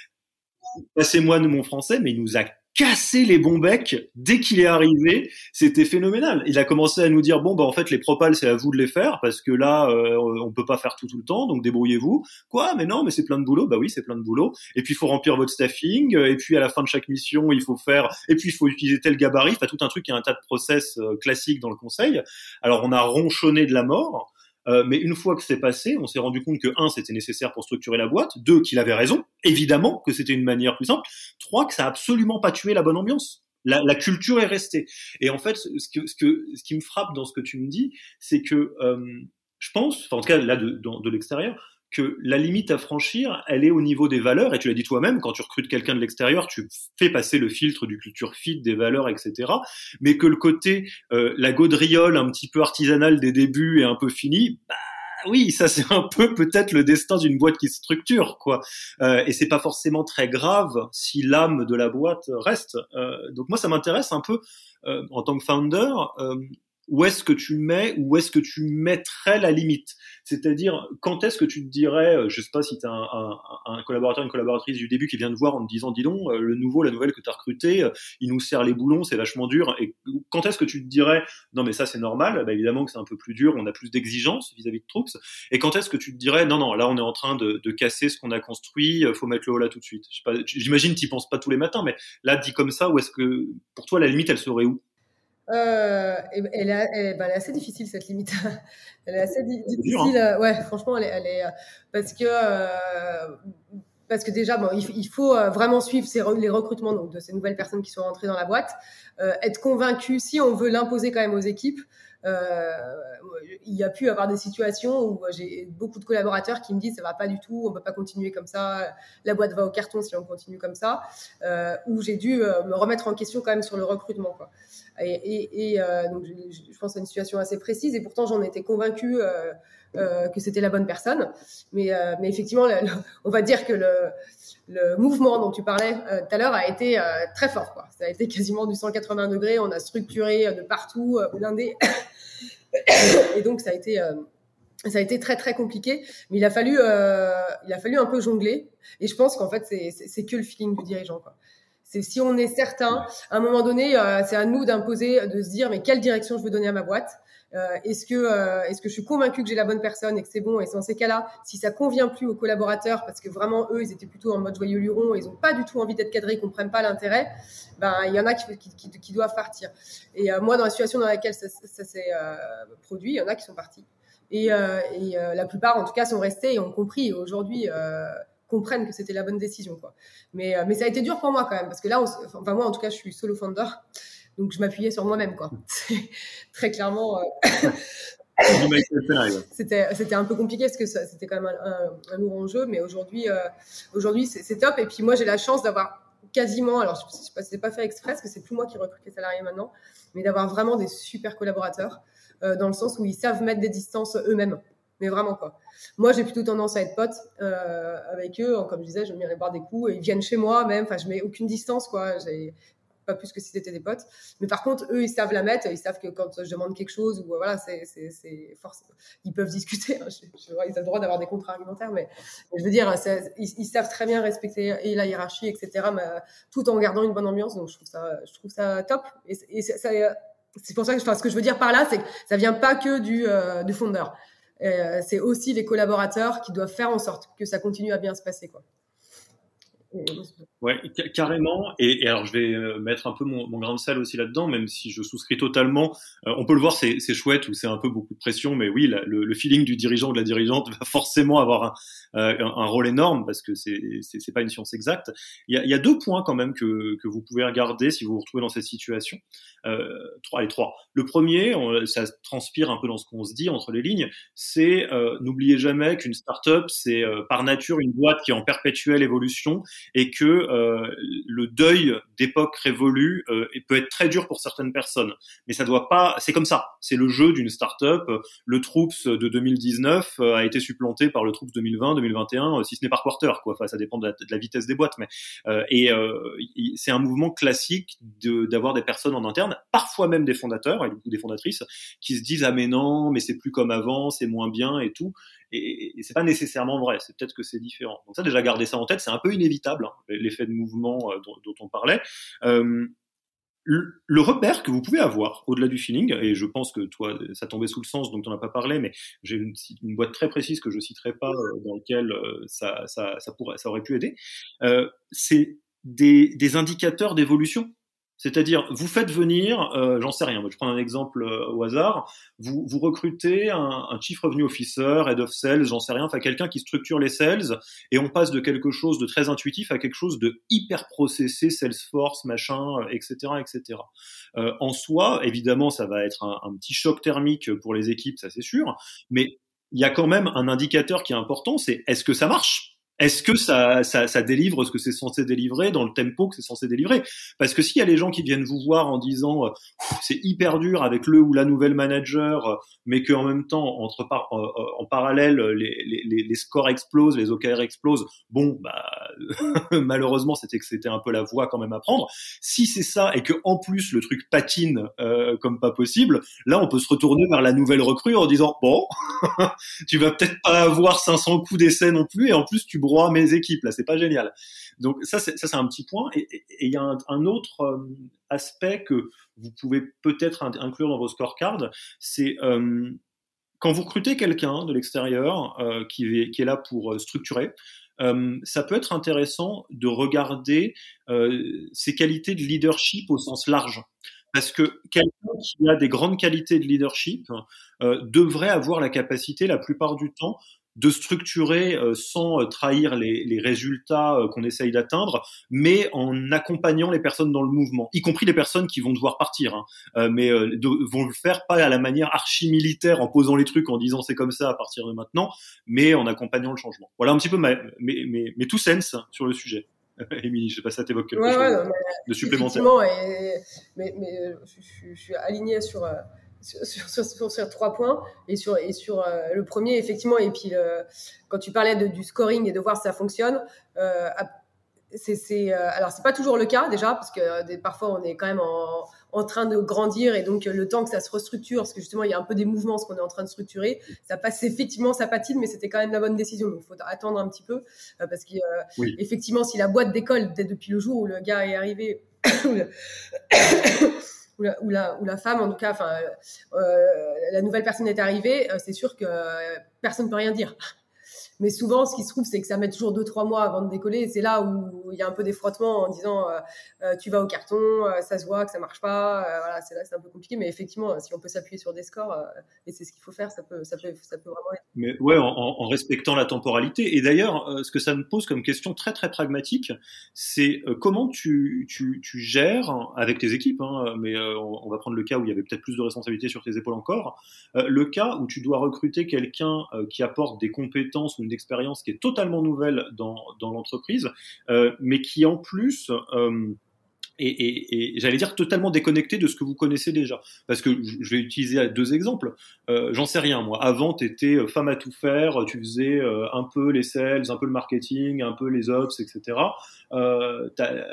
passez-moi de mon français, mais il nous a cassé les bons becs dès qu'il est arrivé. C'était phénoménal. Il a commencé à nous dire bon bah en fait les propals c'est à vous de les faire parce que là euh, on peut pas faire tout tout le temps, donc débrouillez-vous. Quoi? Mais non, mais c'est plein de boulot. Bah oui, c'est plein de boulot. Et puis il faut remplir votre staffing. Et puis à la fin de chaque mission il faut faire. Et puis il faut utiliser tel gabarit. Enfin tout un truc, il y a un tas de process euh, classiques dans le conseil. Alors on a ronchonné de la mort. Euh, mais une fois que c'est passé, on s'est rendu compte que un, c'était nécessaire pour structurer la boîte, deux, qu'il avait raison, évidemment que c'était une manière plus simple, trois, que ça a absolument pas tué la bonne ambiance. La, la culture est restée. Et en fait, ce que, ce que, ce qui me frappe dans ce que tu me dis, c'est que euh, je pense, enfin en tout cas là de, de, de l'extérieur, que la limite à franchir, elle est au niveau des valeurs, et tu l'as dit toi-même, quand tu recrutes quelqu'un de l'extérieur, tu fais passer le filtre du culture fit, des valeurs, et cetera. Mais que le côté, euh, la gaudriole un petit peu artisanale des débuts et un peu finie, bah oui, ça c'est un peu peut-être le destin d'une boîte qui se structure, quoi. Euh, et c'est pas forcément très grave si l'âme de la boîte reste. Euh, donc moi, ça m'intéresse un peu euh, en tant que founder. Euh, où est-ce que tu mets, où est-ce que tu mettrais la limite? C'est-à-dire, quand est-ce que tu te dirais, je sais pas si tu as un, un, un collaborateur, une collaboratrice du début qui vient te voir en te disant, dis donc, le nouveau, la nouvelle que tu as recruté, il nous serre les boulons, c'est vachement dur. Et quand est-ce que tu te dirais, non mais ça c'est normal, bah, évidemment que c'est un peu plus dur, on a plus d'exigences vis-à-vis de Troops. Et quand est-ce que tu te dirais, non non, là on est en train de, de casser ce qu'on a construit, faut mettre le haut là tout de suite. Je sais pas, j'imagine t'y penses pas tous les matins, mais là dit comme ça, où est-ce que, pour toi la limite elle serait où? Euh, elle, est, elle, est, ben, elle est assez difficile cette limite. Elle est assez di- difficile. Dur, hein. Ouais, franchement, elle est, elle est parce que euh, parce que déjà, bon, il, il faut vraiment suivre ces, les recrutements donc de ces nouvelles personnes qui sont rentrées dans la boîte, euh, être convaincu si on veut l'imposer quand même aux équipes. Euh, il y a pu avoir des situations où j'ai beaucoup de collaborateurs qui me disent ça va pas du tout, on peut pas continuer comme ça, la boîte va au carton si on continue comme ça, euh, où j'ai dû euh, me remettre en question quand même sur le recrutement, quoi. Et, et, et euh, donc je, je pense à une situation assez précise, et pourtant j'en étais convaincue euh, euh, que c'était la bonne personne, mais, euh, mais effectivement le, le, on va dire que le, le mouvement dont tu parlais euh, tout à l'heure a été euh, très fort, quoi. Ça a été quasiment du cent quatre-vingts degrés, on a structuré de partout, euh, blindé et donc ça a été euh, ça a été très très compliqué, mais il a fallu euh, il a fallu un peu jongler, et je pense qu'en fait c'est, c'est, c'est que le feeling du dirigeant, quoi. C'est si on est certain, à un moment donné, euh, c'est à nous d'imposer, de se dire mais quelle direction je veux donner à ma boîte. Euh, est-ce que euh, est-ce que je suis convaincue que j'ai la bonne personne et que c'est bon, et c'est dans ces cas-là, si ça convient plus aux collaborateurs parce que vraiment eux ils étaient plutôt en mode joyeux luron, ils ont pas du tout envie d'être cadrés, ils comprennent pas l'intérêt, ben il y en a qui qui, qui, qui doivent partir. Et euh, moi dans la situation dans laquelle ça, ça s'est euh, produit, il y en a qui sont partis, et, euh, et euh, la plupart en tout cas sont restés et ont compris, et aujourd'hui euh, comprennent que c'était la bonne décision, quoi. Mais euh, mais ça a été dur pour moi quand même, parce que là on, enfin moi en tout cas je suis solo founder. Donc, je m'appuyais sur moi-même, quoi. Très clairement, euh... c'était, c'était un peu compliqué parce que ça, c'était quand même un, un, un lourd enjeu. Mais aujourd'hui, euh, aujourd'hui c'est, c'est top. Et puis, moi, j'ai la chance d'avoir quasiment, alors je ne sais pas si c'est pas fait exprès, parce que c'est plus moi qui recrute les salariés maintenant, mais d'avoir vraiment des super collaborateurs, euh, dans le sens où ils savent mettre des distances eux-mêmes. Mais vraiment, quoi. Moi, j'ai plutôt tendance à être pote euh, avec eux. Comme je disais, j'aime bien aller boire des coups, et ils viennent chez moi même. Enfin, je mets aucune distance, quoi. J'ai pas plus que si c'était des potes. Mais par contre, eux, ils savent la mettre. Ils savent que quand je demande quelque chose, ou voilà, c'est, c'est, c'est force. Ils peuvent discuter. Hein, je, je, ils ont le droit d'avoir des contre-argumentaires, mais, mais je veux dire, c'est, ils, ils savent très bien respecter et la hiérarchie, et cetera. Mais, tout en gardant une bonne ambiance. Donc, je trouve ça, je trouve ça top. Et, et ça, c'est pour ça que, enfin, ce que je veux dire par là, c'est que ça vient pas que du, euh, du fondeur. Euh, c'est aussi les collaborateurs qui doivent faire en sorte que ça continue à bien se passer, quoi. Ouais, carrément. Et, et alors, je vais mettre un peu mon, mon grain de sel aussi là-dedans, même si je souscris totalement. Euh, on peut le voir, c'est, c'est chouette ou c'est un peu beaucoup de pression, mais oui, la, le, le feeling du dirigeant ou de la dirigeante va forcément avoir un, euh, un, un rôle énorme parce que c'est, c'est, c'est pas une science exacte. Il y a, il y a deux points quand même que, que vous pouvez regarder si vous vous retrouvez dans cette situation. Euh, trois, allez, trois. Le premier, on, ça transpire un peu dans ce qu'on se dit entre les lignes, c'est euh, n'oubliez jamais qu'une start-up, c'est euh, par nature une boîte qui est en perpétuelle évolution et que euh, le deuil d'époque révolue euh, peut être très dur pour certaines personnes. Mais ça doit pas, c'est comme ça. C'est le jeu d'une start-up. Le Troops de deux mille dix-neuf euh, a été supplanté par le Troops deux mille vingt, deux mille vingt et un, euh, si ce n'est par quarter, quoi. Enfin, ça dépend de la, de la vitesse des boîtes, mais euh, et euh, c'est un mouvement classique de, d'avoir des personnes en interne, parfois même des fondateurs ou des fondatrices, qui se disent ah mais non, mais c'est plus comme avant, c'est moins bien et tout. Et, et c'est pas nécessairement vrai, c'est peut-être que c'est différent. Donc ça, déjà garder ça en tête, c'est un peu inévitable, hein, l'effet de mouvement euh, dont, dont on parlait. Euh, le, le repère que vous pouvez avoir au-delà du feeling, et je pense que toi, ça tombait sous le sens, donc t'en as pas parlé, mais j'ai une, une boîte très précise que je citerai pas, euh, dans laquelle euh, ça, ça, ça, pourrait, ça aurait pu aider. Euh, c'est des, des indicateurs d'évolution. C'est-à-dire, vous faites venir, euh, j'en sais rien, je prends un exemple euh, au hasard, vous, vous recrutez un, un chief revenue officer, head of sales, j'en sais rien, enfin quelqu'un qui structure les sales, et on passe de quelque chose de très intuitif à quelque chose de hyper processé, Salesforce, machin, et cetera, et cetera. Euh, en soi, évidemment, ça va être un, un petit choc thermique pour les équipes, ça c'est sûr, mais il y a quand même un indicateur qui est important, c'est est-ce que ça marche ? Est-ce que ça, ça, ça délivre ce que c'est censé délivrer dans le tempo que c'est censé délivrer ? Parce que s'il y a les gens qui viennent vous voir en disant euh, c'est hyper dur avec le ou la nouvelle manager, euh, mais qu'en même temps, entre par, euh, en parallèle, les, les, les scores explosent, les O K R explosent, bon, bah malheureusement, c'était que c'était un peu la voie quand même à prendre. Si c'est ça et que en plus le truc patine euh, comme pas possible, là on peut se retourner vers la nouvelle recrue en disant bon, tu vas peut-être pas avoir cinq cents coups d'essai non plus, et en plus tu broies mes équipes, là, c'est pas génial. Donc ça, c'est, ça, c'est un petit point. Et il y a un, un autre euh, aspect que vous pouvez peut-être inclure dans vos scorecards, c'est euh, quand vous recrutez quelqu'un de l'extérieur euh, qui, est, qui est là pour structurer, euh, ça peut être intéressant de regarder euh, ses qualités de leadership au sens large. Parce que quelqu'un qui a des grandes qualités de leadership euh, devrait avoir la capacité, la plupart du temps, de structurer euh, sans euh, trahir les, les résultats euh, qu'on essaye d'atteindre, mais en accompagnant les personnes dans le mouvement, y compris les personnes qui vont devoir partir, hein, euh, mais euh, de, vont le faire pas à la manière archi-militaire en posant les trucs en disant c'est comme ça à partir de maintenant, mais en accompagnant le changement. Voilà un petit peu mes, mes, mes, mes two cents sur le sujet. Émilie, je sais pas si ça t'évoque quelque ouais, chose ouais, non, de supplémentaire. Effectivement, et, mais, mais je, je, je suis alignée sur, sur, sur, sur, sur ces trois points. Et sur, et sur euh, le premier, effectivement, et puis le, quand tu parlais de, du scoring et de voir si ça fonctionne, euh, c'est, c'est, euh, alors c'est pas toujours le cas déjà, parce que euh, parfois on est quand même en, en train de grandir, et donc le temps que ça se restructure, parce que justement il y a un peu des mouvements, ce qu'on est en train de structurer, ça passe effectivement, ça patine, mais c'était quand même la bonne décision, donc il faut attendre un petit peu, euh, parce qu'effectivement euh, oui. Si la boîte décolle dès depuis le jour où le gars est arrivé, ou, la, ou, la, ou la femme en tout cas, enfin euh, la nouvelle personne est arrivée, euh, c'est sûr que euh, personne ne peut rien dire. Mais souvent, ce qui se trouve, c'est que ça met toujours deux, trois mois avant de décoller. Et c'est là où il y a un peu des frottements en disant euh, euh, tu vas au carton, euh, ça se voit que ça marche pas. Euh, voilà, c'est là que c'est un peu compliqué. Mais effectivement, si on peut s'appuyer sur des scores, euh, et c'est ce qu'il faut faire, ça peut, ça peut, ça peut vraiment être. Mais ouais, en, en respectant la temporalité. Et d'ailleurs, euh, ce que ça me pose comme question très très pragmatique, c'est euh, comment tu, tu, tu gères avec tes équipes. Hein, mais euh, on, on va prendre le cas où il y avait peut-être plus de responsabilité sur tes épaules encore. Euh, le cas où tu dois recruter quelqu'un euh, qui apporte des compétences ou une expérience qui est totalement nouvelle dans, dans l'entreprise, euh, mais qui en plus euh, Et, et, et j'allais dire totalement déconnecté de ce que vous connaissez déjà. Parce que je vais utiliser deux exemples. Euh, j'en sais rien, moi. Avant, tu étais femme à tout faire, tu faisais euh, un peu les sales, un peu le marketing, un peu les ops, et cetera. Euh,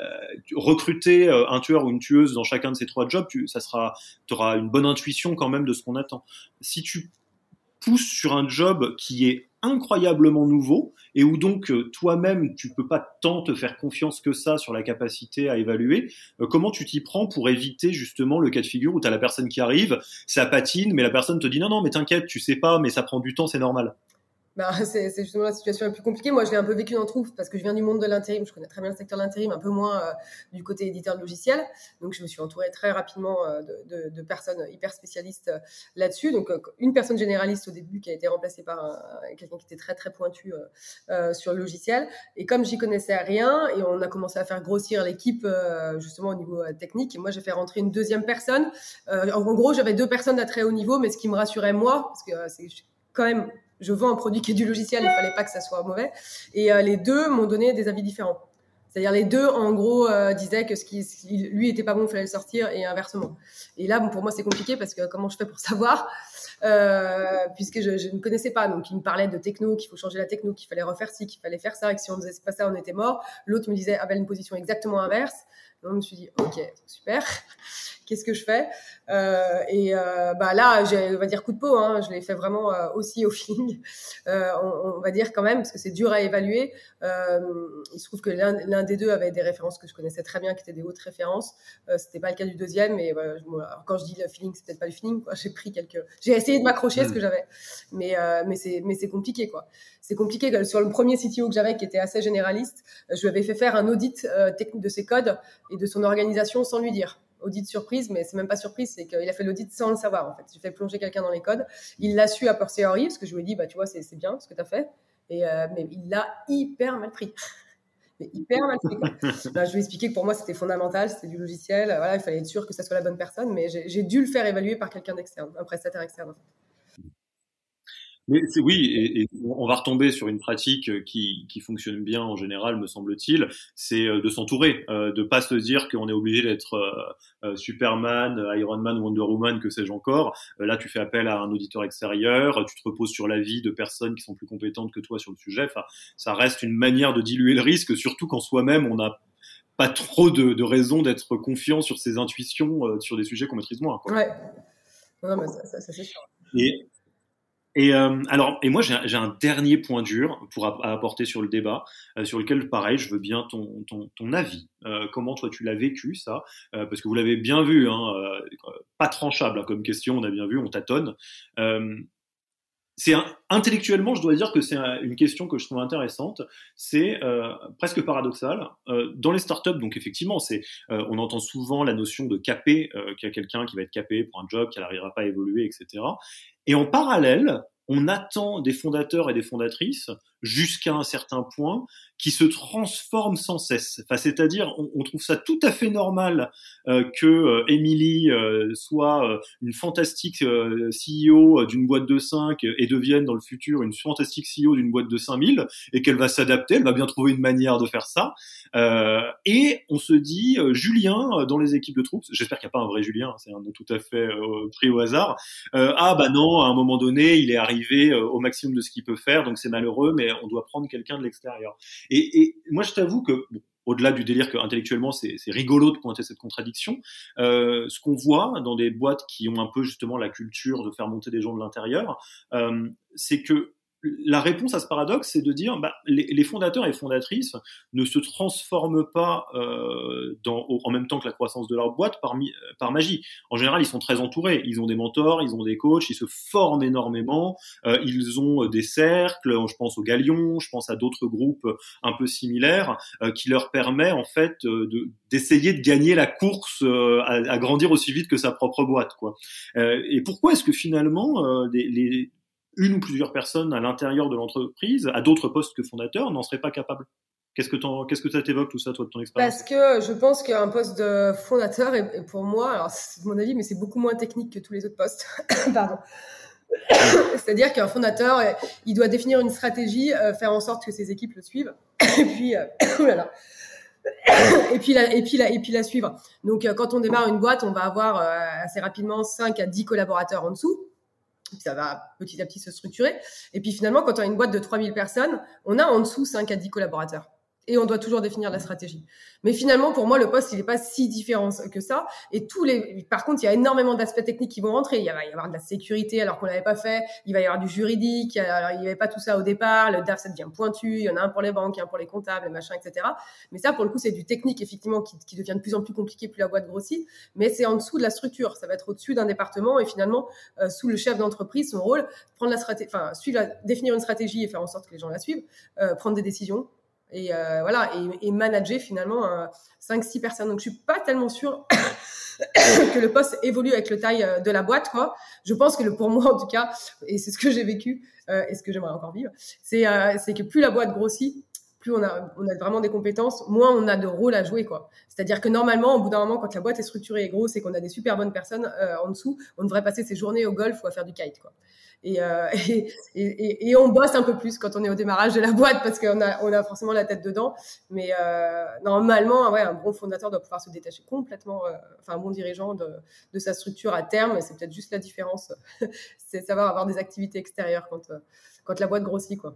recruter un tueur ou une tueuse dans chacun de ces trois jobs, tu ça sera, auras une bonne intuition quand même de ce qu'on attend. Si tu pousses sur un job qui est incroyablement nouveau et où donc euh, toi-même tu peux pas tant te faire confiance que ça sur la capacité à évaluer, euh, comment tu t'y prends pour éviter justement le cas de figure où tu as la personne qui arrive, ça patine, mais la personne te dit non non mais t'inquiète, tu sais pas, mais ça prend du temps, c'est normal. Bah, c'est, c'est justement la situation la plus compliquée. Moi, je l'ai un peu vécu dans Trouve parce que je viens du monde de l'intérim. Je connais très bien le secteur de l'intérim, un peu moins euh, du côté éditeur de logiciels. Donc, je me suis entourée très rapidement euh, de, de, de personnes hyper spécialistes euh, là-dessus. Donc, euh, une personne généraliste au début qui a été remplacée par un, quelqu'un qui était très, très pointu euh, euh, sur le logiciel. Et comme j'y connaissais rien et on a commencé à faire grossir l'équipe euh, justement au niveau euh, technique, et moi, j'ai fait rentrer une deuxième personne. Euh, en, en gros, j'avais deux personnes à très haut niveau, mais ce qui me rassurait moi, parce que euh, c'est quand même... je vends un produit qui est du logiciel, il fallait pas que ça soit mauvais. Et euh, les deux m'ont donné des avis différents. C'est-à-dire les deux, en gros, euh, disaient que ce qui, ce qui lui était pas bon, il fallait le sortir, et inversement. Et là, bon, pour moi, c'est compliqué parce que comment je fais pour savoir euh, puisque je, je ne connaissais pas. Donc, il me parlait de techno, qu'il faut changer la techno, qu'il fallait refaire ci, qu'il fallait faire ça, et que si on ne faisait pas ça, on était mort. L'autre me disait avait une position exactement inverse. Donc, je me suis dit, ok, super. Qu'est-ce que je fais euh, Et euh, bah là, j'ai, on va dire coup de peau. Hein, je l'ai fait vraiment euh, aussi au feeling. Euh, on, on va dire quand même, parce que c'est dur à évaluer. Euh, il se trouve que l'un, l'un des deux avait des références que je connaissais très bien, qui étaient des hautes références. Euh, c'était pas le cas du deuxième, mais voilà, je, alors, quand je dis le feeling, c'est peut-être pas le feeling. Quoi. J'ai pris quelques, j'ai essayé de m'accrocher à ce que j'avais, mais euh, mais c'est mais c'est compliqué quoi. C'est compliqué. Sur le premier C T O que j'avais, qui était assez généraliste, je lui avais fait faire un audit euh, technique de ses codes et de son organisation sans lui dire. Audit surprise, mais c'est même pas surprise, c'est qu'il a fait l'audit sans le savoir, en fait. J'ai fait plonger quelqu'un dans les codes. Il l'a su a posteriori, parce que je lui ai dit, bah, tu vois, c'est, c'est bien ce que tu as fait. Et, euh, mais il l'a hyper mal pris. Mais hyper mal pris, quoi. Là, je lui ai expliqué que pour moi, c'était fondamental, c'était du logiciel. Voilà, il fallait être sûr que ça soit la bonne personne, mais j'ai, j'ai dû le faire évaluer par quelqu'un d'externe, un prestataire externe, en fait. Mais c'est, oui, et, et on va retomber sur une pratique qui, qui fonctionne bien en général, me semble-t-il, c'est de s'entourer, euh, de pas se dire qu'on est obligé d'être euh, Superman, Iron Man, Wonder Woman, que sais-je encore. Euh, là, tu fais appel à un auditeur extérieur, tu te reposes sur l'avis de personnes qui sont plus compétentes que toi sur le sujet. Enfin, ça reste une manière de diluer le risque, surtout quand soi-même on n'a pas trop de, de raisons d'être confiant sur ses intuitions euh, sur des sujets qu'on maîtrise moins, quoi. Ouais. Non, mais ça, ça, ça c'est sûr. Et Et euh, alors, et moi j'ai un, j'ai un dernier point dur pour app- à apporter sur le débat, euh, sur lequel pareil, je veux bien ton ton, ton avis. Euh, comment toi tu l'as vécu ça, euh, parce que vous l'avez bien vu, hein, euh, pas tranchable hein, comme question, on a bien vu, on tâtonne. Euh, c'est un, intellectuellement, je dois dire que c'est un, une question que je trouve intéressante. C'est euh, presque paradoxal. Euh, dans les startups, donc effectivement, c'est, euh, on entend souvent la notion de capé, euh, qu'il y a quelqu'un qui va être capé pour un job, qui n'arrivera pas à évoluer, et cetera. Et en parallèle, on attend des fondateurs et des fondatrices jusqu'à un certain point qui se transforment sans cesse. Enfin, c'est-à-dire, on, on trouve ça tout à fait normal euh, que euh, Emily euh, soit euh, une fantastique euh, C E O d'une boîte de cinq et devienne dans le futur une fantastique C E O d'une boîte de cinq mille et qu'elle va s'adapter, elle va bien trouver une manière de faire ça. Euh, et on se dit, euh, Julien, dans les équipes de troupes, j'espère qu'il n'y a pas un vrai Julien, c'est un nom tout à fait euh, pris au hasard, euh, ah bah non, à un moment donné, il est arrivé euh, au maximum de ce qu'il peut faire, donc c'est malheureux, mais on doit prendre quelqu'un de l'extérieur. Et, et moi, je t'avoue que, bon, au-delà du délire que intellectuellement c'est, c'est rigolo de pointer cette contradiction, euh, ce qu'on voit dans des boîtes qui ont un peu justement la culture de faire monter des gens de l'intérieur, euh, c'est que la réponse à ce paradoxe, c'est de dire bah, les, les fondateurs et fondatrices ne se transforment pas euh, dans, en même temps que la croissance de leur boîte par, par magie. En général, ils sont très entourés. Ils ont des mentors, ils ont des coachs, ils se forment énormément. Euh, ils ont des cercles. Je pense au Galion, je pense à d'autres groupes un peu similaires euh, qui leur permet en fait de, d'essayer de gagner la course euh, à, à grandir aussi vite que sa propre boîte, quoi. Euh, et pourquoi est-ce que finalement euh, les, les une ou plusieurs personnes à l'intérieur de l'entreprise, à d'autres postes que fondateurs, n'en seraient pas capables? Qu'est-ce que, qu'est-ce que ça t'évoque tout ça, toi, de ton expérience? Parce que je pense qu'un poste de fondateur est, pour moi, alors c'est mon avis, mais c'est beaucoup moins technique que tous les autres postes. Pardon. C'est-à-dire qu'un fondateur, il doit définir une stratégie, euh, faire en sorte que ses équipes le suivent. Et puis, euh, oh là là. et puis la, et puis la, et puis la suivre. Donc, euh, quand on démarre une boîte, on va avoir euh, assez rapidement cinq à dix collaborateurs en dessous. Puis ça va petit à petit se structurer. Et puis finalement, quand on a une boîte de trois mille personnes, on a en dessous cinq à dix collaborateurs. Et on doit toujours définir la stratégie. Mais finalement, pour moi, le poste, il n'est pas si différent que ça. Et tous les, par contre, il y a énormément d'aspects techniques qui vont rentrer. Il va y avoir de la sécurité alors qu'on l'avait pas fait. Il va y avoir du juridique. Alors, il n'y avait pas tout ça au départ. Le D A F, ça devient pointu. Il y en a un pour les banques, un pour les comptables, les machins, et cetera. Mais ça, pour le coup, c'est du technique, effectivement, qui, qui devient de plus en plus compliqué plus la boîte grossit. Mais c'est en dessous de la structure. Ça va être au-dessus d'un département. Et finalement, euh, sous le chef d'entreprise, son rôle, prendre la stratégie, enfin, suivre la, définir une stratégie et faire en sorte que les gens la suivent, euh, prendre des décisions. Et euh, voilà, et, et manager finalement euh, cinq six personnes. Donc, je suis pas tellement sûre que le poste évolue avec le taille de la boîte, quoi. Je pense que le, pour moi, en tout cas, et c'est ce que j'ai vécu euh, et ce que j'aimerais encore vivre, c'est, euh, c'est que plus la boîte grossit, plus on a, on a vraiment des compétences, moins on a de rôle à jouer, quoi. C'est-à-dire que normalement, au bout d'un moment, quand la boîte est structurée et grosse et qu'on a des super bonnes personnes euh, en dessous, on devrait passer ses journées au golf ou à faire du kite, quoi. Et, euh, et, et, et on bosse un peu plus quand on est au démarrage de la boîte parce qu'on a, on a forcément la tête dedans. Mais euh, normalement, ouais, un bon fondateur doit pouvoir se détacher complètement, euh, enfin un bon dirigeant de, de sa structure à terme. Et c'est peut-être juste la différence, c'est savoir avoir des activités extérieures quand, quand la boîte grossit, quoi.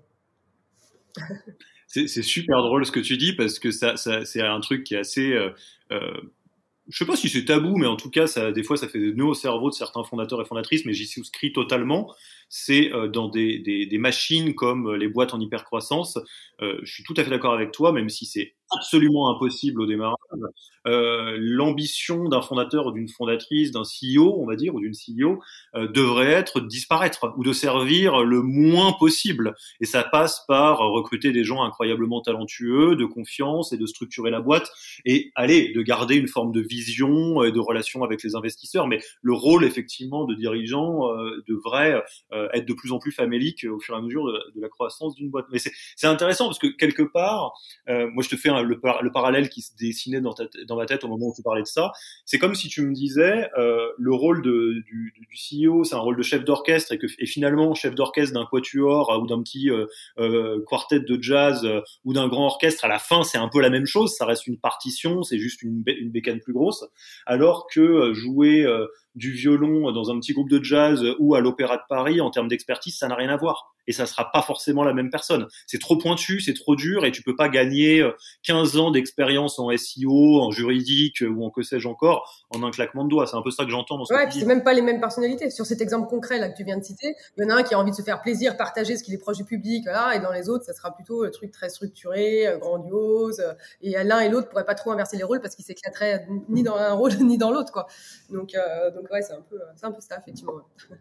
c'est, c'est super drôle ce que tu dis parce que ça, ça c'est un truc qui est assez... Euh, euh, je sais pas si c'est tabou, mais en tout cas, ça, des fois, ça fait des nœuds au cerveau de certains fondateurs et fondatrices, mais j'y souscris totalement. C'est euh, dans des, des, des machines comme les boîtes en hypercroissance. Euh, je suis tout à fait d'accord avec toi, même si c'est absolument impossible au démarrage. Euh, l'ambition d'un fondateur ou d'une fondatrice, d'un C E O, on va dire, ou d'une C E O, euh, devrait être de disparaître ou de servir le moins possible. Et ça passe par recruter des gens incroyablement talentueux, de confiance et de structurer la boîte et aller de garder une forme de vision et de relation avec les investisseurs. Mais le rôle, effectivement, de dirigeant euh, devrait euh, être de plus en plus famélique au fur et à mesure de, de la croissance d'une boîte. Mais c'est, c'est intéressant parce que quelque part, euh, moi je te fais un, le, par, le parallèle qui se dessinait dans, ta, dans ma tête au moment où tu parlais de ça. C'est comme si tu me disais euh, le rôle de, du, du C E O, c'est un rôle de chef d'orchestre et que et finalement chef d'orchestre d'un quatuor euh, ou d'un petit euh, euh, quartet de jazz euh, ou d'un grand orchestre, à la fin c'est un peu la même chose. Ça reste une partition, c'est juste une, bé- une bécane plus grosse. Alors que euh, jouer euh, du violon dans un petit groupe de jazz ou à l'Opéra de Paris, en termes d'expertise, ça n'a rien à voir. Et ça sera pas forcément la même personne. C'est trop pointu, c'est trop dur et tu peux pas gagner quinze ans d'expérience en S E O, en juridique ou en que sais-je encore en un claquement de doigts. C'est un peu ça que j'entends dans ce Ouais, que puis tu dis. c'est même pas les mêmes personnalités. Sur cet exemple concret là que tu viens de citer, il y en a un qui a envie de se faire plaisir, partager ce qu'il est proche du public, voilà, et dans les autres, ça sera plutôt le truc très structuré, grandiose. Et l'un et l'autre pourraient pas trop inverser les rôles parce qu'ils s'éclateraient ni dans un rôle ni dans l'autre, quoi. Donc, euh, donc ouais, c'est un peu, c'est un peu ça effectivement. Ouais.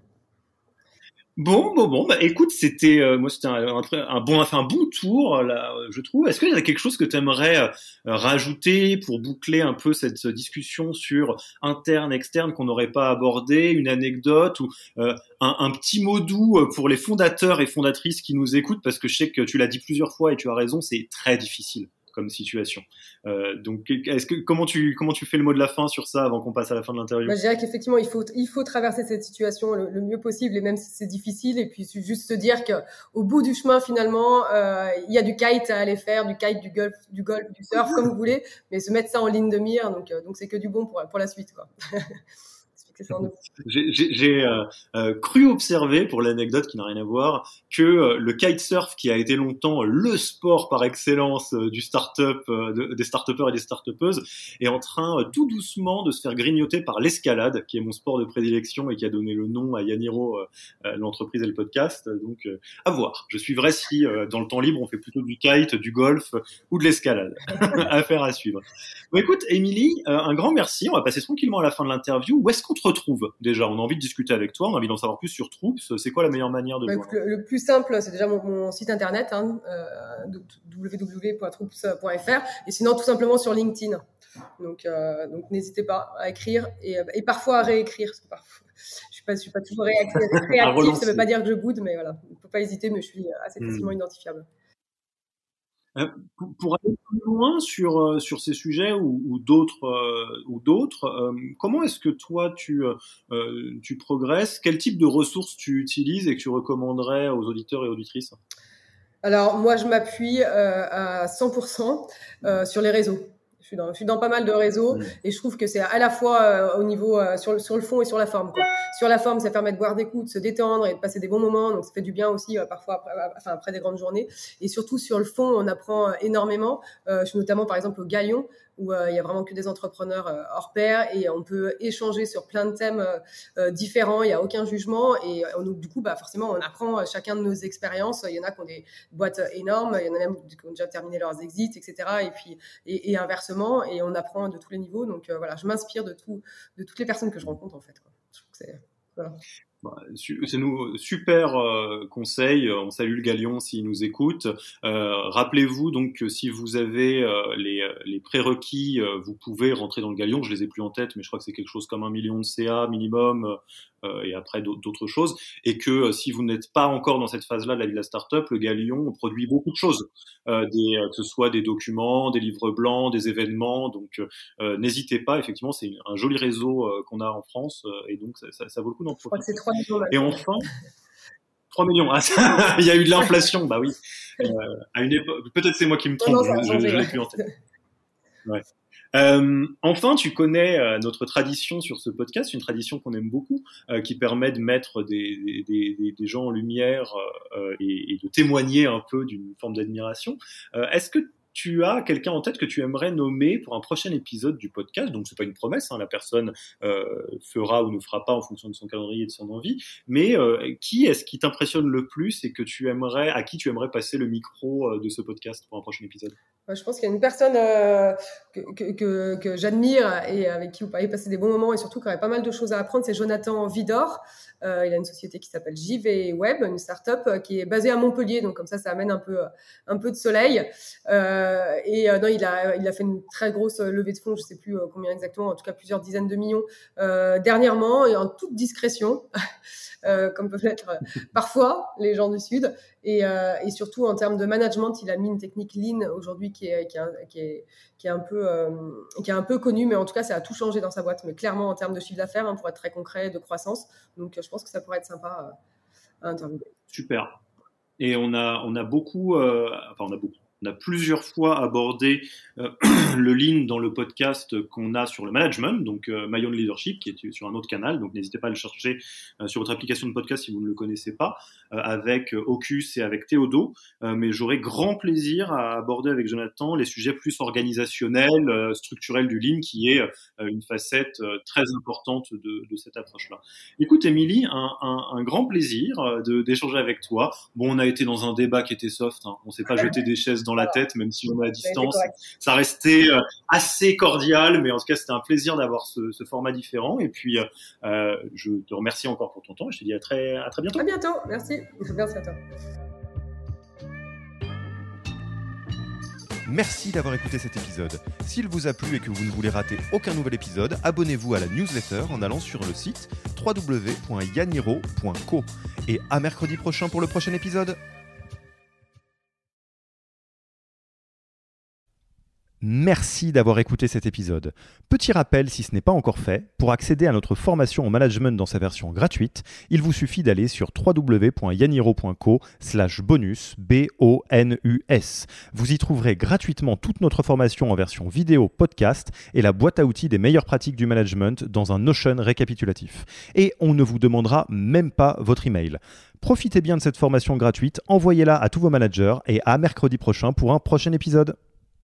Bon, bon, bon. Bah, écoute, c'était, euh, moi, c'était un, un, un bon, enfin, un bon tour là, je trouve. Est-ce qu'il y a quelque chose que tu aimerais euh, rajouter pour boucler un peu cette discussion sur interne, externe qu'on n'aurait pas abordé, une anecdote ou euh, un, un petit mot doux pour les fondateurs et fondatrices qui nous écoutent, parce que je sais que tu l'as dit plusieurs fois et tu as raison, c'est très difficile comme situation. Euh, donc, est-ce que comment tu comment tu fais le mot de la fin sur ça avant qu'on passe à la fin de l'interview? Bah, je dirais qu'effectivement, il faut il faut traverser cette situation le, le mieux possible, et même si c'est difficile, et puis juste se dire que au bout du chemin, finalement, euh, il y a du kite à aller faire, du kite, du golf, du golf, du surf, comme vous voulez, mais se mettre ça en ligne de mire, donc euh, donc c'est que du bon pour pour la suite, quoi. J'ai, j'ai, j'ai euh, euh, cru observer, pour l'anecdote qui n'a rien à voir, que euh, le kitesurf, qui a été longtemps le sport par excellence euh, du start-up, euh, de, des start-upers et des start-upeuses, est en train euh, tout doucement de se faire grignoter par l'escalade, qui est mon sport de prédilection et qui a donné le nom à Yaniro, euh, l'entreprise et le podcast. Donc, euh, à voir. Je suivrai si, euh, dans le temps libre, on fait plutôt du kite, du golf euh, ou de l'escalade. Affaire à suivre. Bon, écoute, Émilie, euh, un grand merci. On va passer tranquillement à la fin de l'interview. Où est-ce qu'on te retrouve déjà? On a envie de discuter avec toi, on a envie d'en savoir plus sur Troops. C'est quoi la meilleure manière de bah, le écoute, le, le plus simple, c'est déjà mon, mon site internet, hein, euh, w w w point troops point f r, et sinon tout simplement sur LinkedIn. Donc, euh, donc n'hésitez pas à écrire et, et parfois à réécrire. Parce que parfois, je suis pas, je suis pas toujours réactif. réactif ça veut pas dire que je boude, mais voilà, il faut pas hésiter, mais je suis assez facilement mmh. identifiable. Euh, pour, pour aller plus loin sur euh, sur ces sujets ou, ou d'autres euh, ou d'autres, euh, comment est-ce que toi tu euh, tu progresses? Quel type de ressources tu utilises et que tu recommanderais aux auditeurs et auditrices? Alors moi je m'appuie euh, à cent pour cent euh, sur les réseaux. Je suis dans, je suis dans pas mal de réseaux mmh. et je trouve que c'est à la fois euh, au niveau euh, sur le sur le fond et sur la forme, quoi. Sur la forme, ça permet de boire des coups, de se détendre et de passer des bons moments, donc ça fait du bien aussi euh, parfois après, enfin après des grandes journées. Et surtout sur le fond, on apprend euh, énormément. Euh, je suis notamment par exemple au Galion, où euh, il y a vraiment que des entrepreneurs euh, hors pair et on peut échanger sur plein de thèmes euh, différents. Il y a aucun jugement et euh, du coup, bah forcément, on apprend chacun de nos expériences. Il y en a qui ont des boîtes énormes, il y en a même qui ont déjà terminé leurs exits, et cetera. Et puis et, et inversement, et on apprend de tous les niveaux. Donc euh, voilà, je m'inspire de tout, de toutes les personnes que je rencontre en fait, quoi. Je trouve que c'est voilà. C'est nous super euh, conseil. On salue le Galion s'il nous écoute. Euh, rappelez-vous donc que si vous avez euh, les, les prérequis, euh, vous pouvez rentrer dans le Galion. Je les ai plus en tête, mais je crois que c'est quelque chose comme un million de C A minimum. Euh, et après d'autres choses, et que euh, si vous n'êtes pas encore dans cette phase-là de la vie de la start-up, le Galion produit beaucoup de choses, euh, des, euh, que ce soit des documents, des livres blancs, des événements, donc euh, n'hésitez pas, effectivement, c'est une, un joli réseau euh, qu'on a en France, euh, et donc ça, ça, ça vaut le coup d'en profiter. Je crois que c'est trois millions. Et enfin, trois millions, ah, ça, il y a eu de l'inflation, bah oui, euh, à une époque, peut-être c'est moi qui me trompe, non, non, je, je, je l'ai plus en tête. Ouais. Euh, enfin, tu connais euh, notre tradition sur ce podcast, une tradition qu'on aime beaucoup, euh, qui permet de mettre des, des, des, des gens en lumière euh, et, et de témoigner un peu d'une forme d'admiration. Euh, est-ce que tu as quelqu'un en tête que tu aimerais nommer pour un prochain épisode du podcast? Donc, c'est pas une promesse, hein, la personne euh, fera ou ne fera pas en fonction de son calendrier et de son envie. Mais euh, qui est-ce qui t'impressionne le plus et que tu aimerais, à qui tu aimerais passer le micro euh, de ce podcast pour un prochain épisode? Je pense qu'il y a une personne euh, que, que, que, que j'admire et avec qui vous pourriez passer des bons moments et surtout qui aurait pas mal de choses à apprendre, c'est Jonathan Vidor. Euh, il a une société qui s'appelle J V Web, une start-up euh, qui est basée à Montpellier, donc comme ça, ça amène un peu, un peu de soleil. Euh, et euh, non, il a, il a fait une très grosse levée de fonds, je sais plus euh, combien exactement, en tout cas plusieurs dizaines de millions euh, dernièrement et en toute discrétion. Euh, comme peuvent l'être euh, parfois les gens du Sud. Et, euh, et surtout, en termes de management, il a mis une technique Lean aujourd'hui qui est, qui est, qui est, qui est, un, peu, euh, qui est un peu connue, mais en tout cas, ça a tout changé dans sa boîte. Mais clairement, en termes de chiffre d'affaires, hein, pour être très concret, de croissance. Donc, je pense que ça pourrait être sympa à, à interviewer. Super. Et on a, on a beaucoup... Euh, enfin, on a beaucoup. On a plusieurs fois abordé euh, le lean dans le podcast qu'on a sur le management, donc euh, My Own Leadership, qui est sur un autre canal, donc n'hésitez pas à le chercher euh, sur votre application de podcast si vous ne le connaissez pas, euh, avec euh, Ocus et avec Théodo, euh, mais j'aurai grand plaisir à aborder avec Jonathan les sujets plus organisationnels, euh, structurels du lean, qui est euh, une facette euh, très importante de, de cette approche-là. Écoute, Émilie, un, un, un grand plaisir euh, de, d'échanger avec toi. Bon, on a été dans un débat qui était soft, hein. On s'est pas jeté des chaises dans la tête, même si on est à distance. Ça restait euh, assez cordial, mais en tout cas, c'était un plaisir d'avoir ce, ce format différent. Et puis, euh, je te remercie encore pour ton temps et je te dis à très, à très bientôt. À bientôt, merci. Merci à toi. Merci d'avoir écouté cet épisode. S'il vous a plu et que vous ne voulez rater aucun nouvel épisode, abonnez-vous à la newsletter en allant sur le site w w w point yaniro point co. Et à mercredi prochain pour le prochain épisode. Merci d'avoir écouté cet épisode. Petit rappel, si ce n'est pas encore fait, pour accéder à notre formation en management dans sa version gratuite, il vous suffit d'aller sur w w w point yaniro point co slash bonus, B O N U S. Vous y trouverez gratuitement toute notre formation en version vidéo podcast et la boîte à outils des meilleures pratiques du management dans un Notion récapitulatif. Et on ne vous demandera même pas votre email. Profitez bien de cette formation gratuite, envoyez-la à tous vos managers et à mercredi prochain pour un prochain épisode.